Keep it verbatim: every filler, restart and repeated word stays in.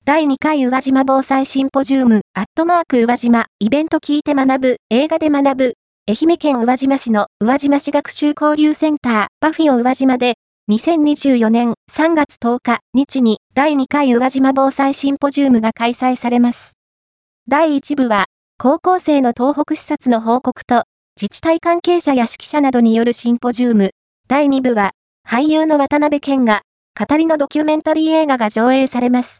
だいにかい宇和島防災シンポジウム、アットマーク宇和島、イベント聞いて学ぶ、映画で学ぶ、愛媛県宇和島市の宇和島市学習交流センター、パフィオ宇和島で、にせんにじゅうよねんさんがつとおか日にだいにかい宇和島防災シンポジウムが開催されます。だいいち部は、高校生の東北視察の報告と、自治体関係者や指揮者などによるシンポジウム。だいに部は、俳優の渡辺謙が、語りのドキュメンタリー映画が上映されます。